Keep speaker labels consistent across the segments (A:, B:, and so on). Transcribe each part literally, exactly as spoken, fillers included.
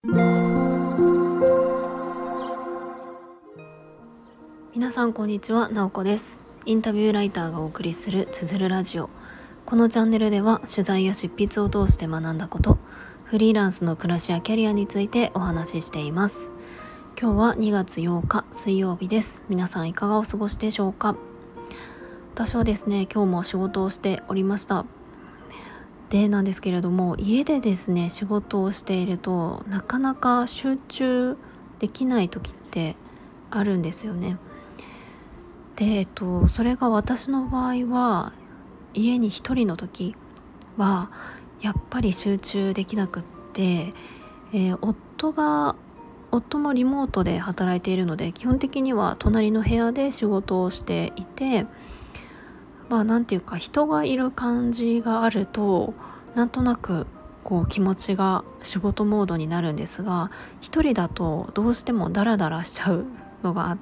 A: 皆さんこんにちは、なおこです。インタビューライターがお送りするつづるラジオ。このチャンネルでは取材や執筆を通して学んだこと、フリーランスの暮らしやキャリアについてお話ししています。今日はにがつようか水曜日です。皆さんいかがお過ごしでしょうか。私はですね、今日も仕事をしておりました。でなんですけれども、家でですね仕事をしているとなかなか集中できない時ってあるんですよね。で、えっと、それが私の場合は家に一人の時はやっぱり集中できなくって、えー夫が夫もリモートで働いているので、基本的には隣の部屋で仕事をしていて、まあなんていうか人がいる感じがあるとなんとなくこう気持ちが仕事モードになるんですが、一人だとどうしてもダラダラしちゃうのがあって、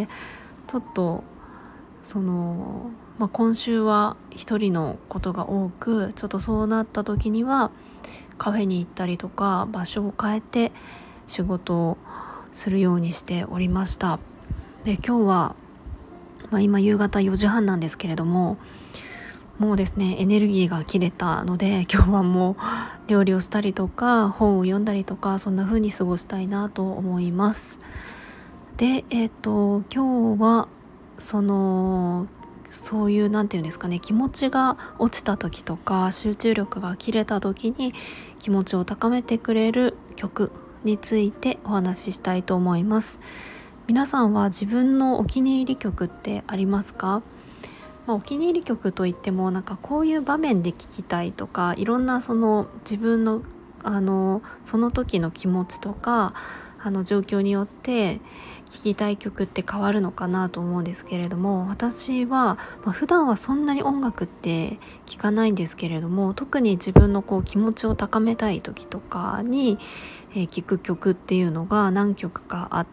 A: ちょっとその、まあ、今週は一人のことが多く、ちょっとそうなった時にはカフェに行ったりとか場所を変えて仕事をするようにしておりました。で今日は、まあ、今夕方よじはんなんですけれども、もうですねエネルギーが切れたので、今日はもう料理をしたりとか本を読んだりとか、そんな風に過ごしたいなと思います。でえっ、と今日はそのそういうなんていうんですかね、気持ちが落ちた時とか集中力が切れた時に気持ちを高めてくれる曲についてお話ししたいと思います。皆さんは自分のお気に入り曲ってありますか？まあ、お気に入り曲といっても、なんかこういう場面で聴きたいとか、いろんなその自分のあのその時の気持ちとかあの状況によって聴きたい曲って変わるのかなと思うんですけれども、私は、まあ、普段はそんなに音楽って聴かないんですけれども、特に自分のこう気持ちを高めたい時とかに、えー、聴く曲っていうのが何曲かあって、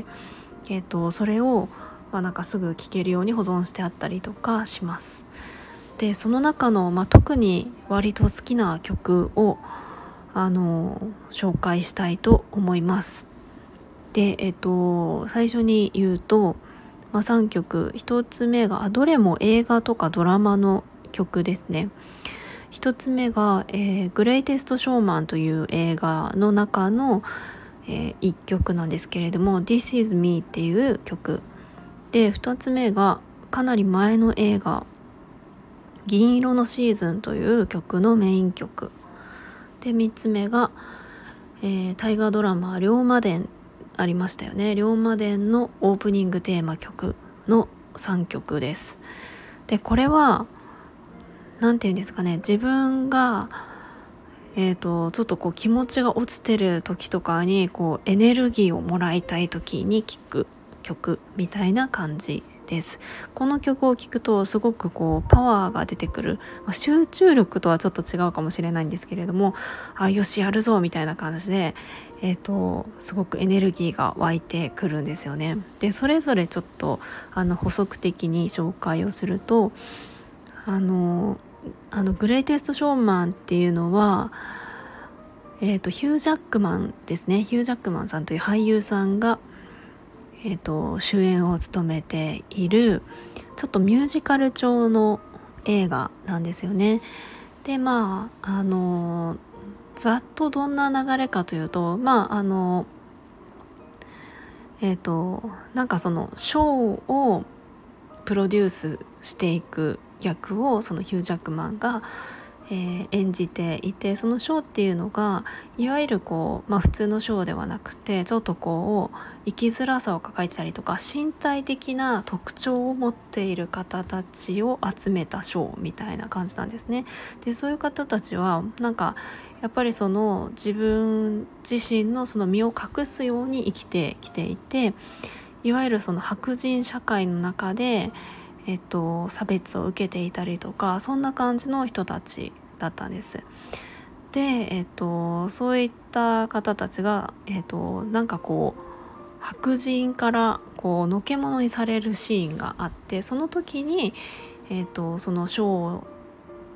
A: えーと、それをまあ、なんかすぐ聴けるように保存してあったりとかします。でその中の、まあ、特に割と好きな曲をあの紹介したいと思います。でえっと最初に言うと、まあ、さんきょく、ひとつめがどれも映画とかドラマの曲ですね。ひとつめが、えー、グレイテストショーマンという映画の中の、えー、いっきょくなんですけれども、 This is me っていう曲で、ふたつめがかなり前の映画銀色のシーズンという曲のメイン曲で、みっつめが、えー、大河ドラマ龍馬伝ありましたよね。龍馬伝のオープニングテーマ曲のさんきょくです。でこれはなんていうんですかね、自分がえーとちょっとこう気持ちが落ちてる時とかにこうエネルギーをもらいたい時に聴く曲みたいな感じです。この曲を聴くとすごくこうパワーが出てくる、まあ、集中力とはちょっと違うかもしれないんですけれども、あよしやるぞみたいな感じで、えーとすごくエネルギーが湧いてくるんですよね。でそれぞれちょっとあの補足的に紹介をすると、あのあのグレイテストショーマンっていうのは、えーとヒュージャックマンですね。ヒュージャックマンさんという俳優さんがえーと、主演を務めているちょっとミュージカル調の映画なんですよね。でまああのざっとどんな流れかというと、まああのえっ、ー、となんかそのショーをプロデュースしていく役をそのヒュージャックマンがえー、演じていて、そのショーっていうのがいわゆるこう、まあ、普通のショーではなくて、ちょっとこう生きづらさを抱えてたりとか身体的な特徴を持っている方たちを集めたショーみたいな感じなんですね。でそういう方たちはなんかやっぱりその自分自身のその身を隠すように生きてきていて、いわゆるその白人社会の中でえっと、差別を受けていたりとか、そんな感じの人たちだったんです。で、えっと、そういった方たちが、えっと、なんかこう白人からこうのけ者にされるシーンがあって、その時に、えっと、そのショー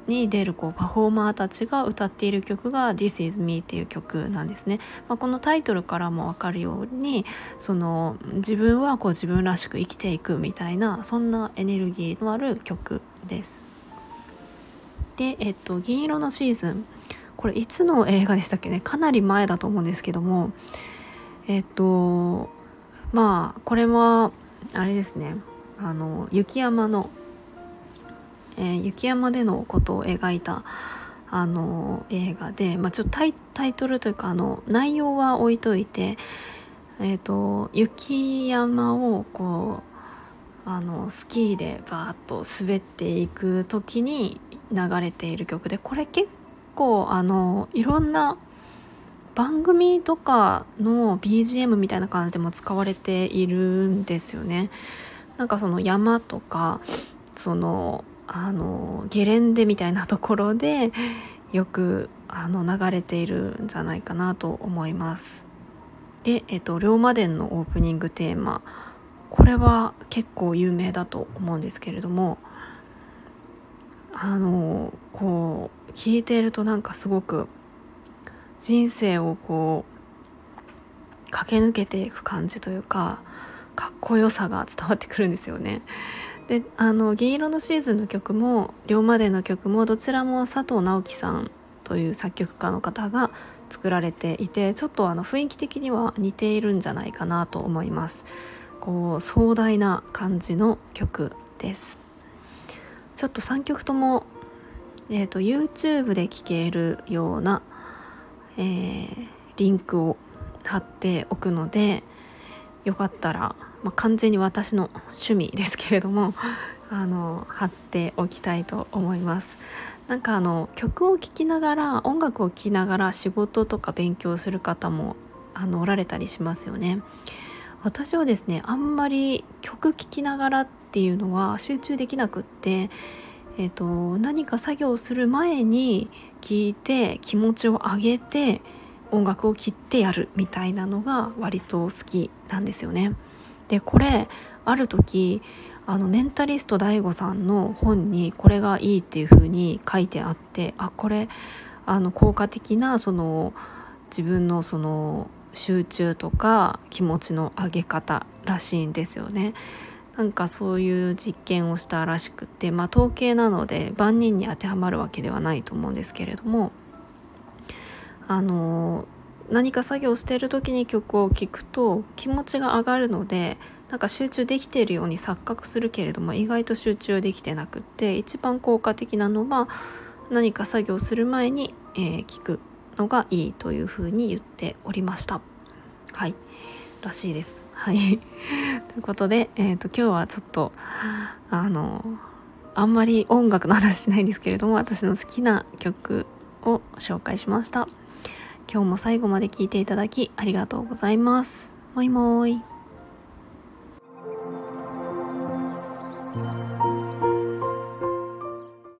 A: に出るこうパフォーマーたちが歌っている曲が This is me っていう曲なんですね。まあ、このタイトルからも分かるようにその自分はこう自分らしく生きていくみたいなそんなエネルギーのある曲です。で、えっと、銀色のシーズン、これいつの映画でしたっけね、かなり前だと思うんですけども、えっとまあこれはあれですね、あの雪山の、えー、雪山でのことを描いたあの映画で、まあ、ちょっとタイ、タイトルというかあの内容は置いといて、えっと雪山をこうあのスキーでバーッと滑っていく時に流れている曲で、これ結構あのいろんな番組とかの ビージーエム みたいな感じでも使われているんですよね。なんかその山とかそのあのゲレンデみたいなところでよくあの流れているんじゃないかなと思います。で、えっと龍馬伝のオープニングテーマ、これは結構有名だと思うんですけれども、あのこう聞いているとなんかすごく人生をこう駆け抜けていく感じというか、かっこよさが伝わってくるんですよね。で、あの銀色のシーズンの曲も龍馬伝の曲もどちらも佐藤直樹さんという作曲家の方が作られていて、ちょっとあの雰囲気的には似ているんじゃないかなと思います。こう壮大な感じの曲です。ちょっとさんきょくとも、えーと、YouTube で聴けるようなえー、リンクを貼っておくので、よかったら、まあ、完全に私の趣味ですけれどもあの貼っておきたいと思います。なんかあの曲を聴きながら音楽を聴きながら仕事とか勉強する方もあのおられたりしますよね。私はですね、あんまり曲聴きながらっていうのは集中できなくって、えーと、何か作業する前に聞いて気持ちを上げて音楽を切ってやるみたいなのが割と好きなんですよね。で、これある時あのメンタリスト ダイゴ さんの本にこれがいいっていう風に書いてあって、あ、これあの効果的なその自分のその集中とか気持ちの上げ方らしいんですよね。なんかそういう実験をしたらしくて、まあ統計なので万人に当てはまるわけではないと思うんですけれども、あの何か作業している時に曲を聴くと気持ちが上がるので、なんか集中できているように錯覚するけれども意外と集中できてなくって、一番効果的なのは何か作業する前に、えー、聞くのがいいというふうに言っておりました。はい、らしいです。はい。ということで、えーと、今日はちょっとあのあんまり音楽の話しないんですけれども、私の好きな曲を紹介しました。今日も最後まで聞いていただきありがとうございます。もいもーい。